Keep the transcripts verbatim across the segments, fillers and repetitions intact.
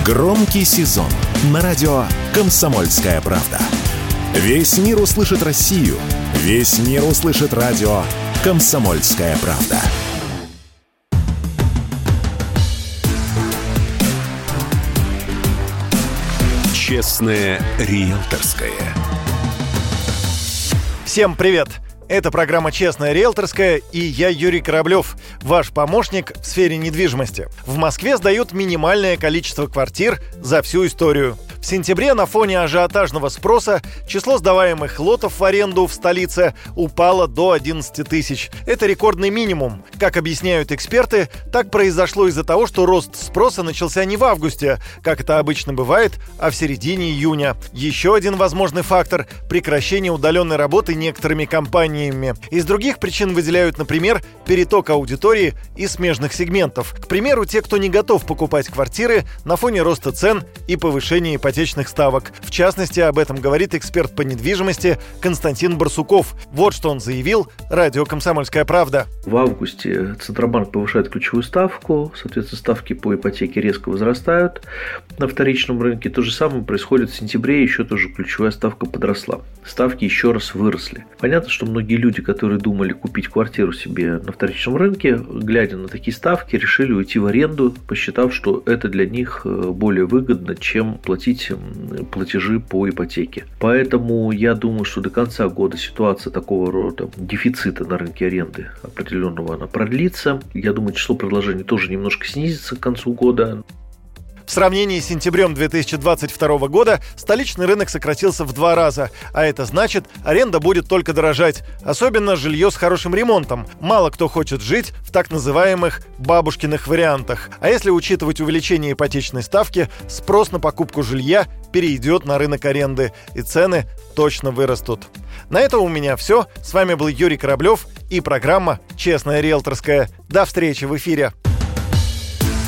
Громкий сезон на радио «Комсомольская правда». Весь мир услышит Россию. Весь мир услышит радио «Комсомольская правда». Честное риэлторское. Всем привет! Это программа «Честная риэлторская» и я, Юрий Кораблев, ваш помощник в сфере недвижимости. В Москве сдают минимальное количество квартир за всю историю. В сентябре на фоне ажиотажного спроса число сдаваемых лотов в аренду в столице упало до одиннадцати тысяч. Это рекордный минимум. Как объясняют эксперты, так произошло из-за того, что рост спроса начался не в августе, как это обычно бывает, а в середине июня. Еще один возможный фактор – прекращение удаленной работы некоторыми компаниями. Из других причин выделяют, например, переток аудитории и смежных сегментов. К примеру, те, кто не готов покупать квартиры на фоне роста цен и повышения ипотечных ставок. В частности, об этом говорит эксперт по недвижимости Константин Барсуков. Вот что он заявил радио «Комсомольская правда». В августе Центробанк повышает ключевую ставку, соответственно, ставки по ипотеке резко возрастают на вторичном рынке. То же самое происходит в сентябре, еще тоже ключевая ставка подросла. Ставки еще раз выросли. Понятно, что многие люди, которые думали купить квартиру себе на вторичном рынке, глядя на такие ставки, решили уйти в аренду, посчитав, что это для них более выгодно, чем платить платежи по ипотеке. Поэтому я думаю, что до конца года ситуация такого рода дефицита на рынке аренды определенного она продлится. Я думаю, число предложений тоже немножко снизится к концу года. В сравнении с сентябрем две тысячи двадцать второго года столичный рынок сократился в два раза, а это значит, аренда будет только дорожать, особенно жилье с хорошим ремонтом. Мало кто хочет жить в так называемых бабушкиных вариантах. А если учитывать увеличение ипотечной ставки, спрос на покупку жилья перейдет на рынок аренды, и цены точно вырастут. На этом у меня все. С вами был Юрий Кораблев и программа «Честная риэлторская». До встречи в эфире.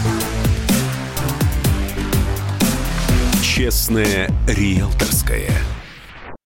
Честное риэлторское.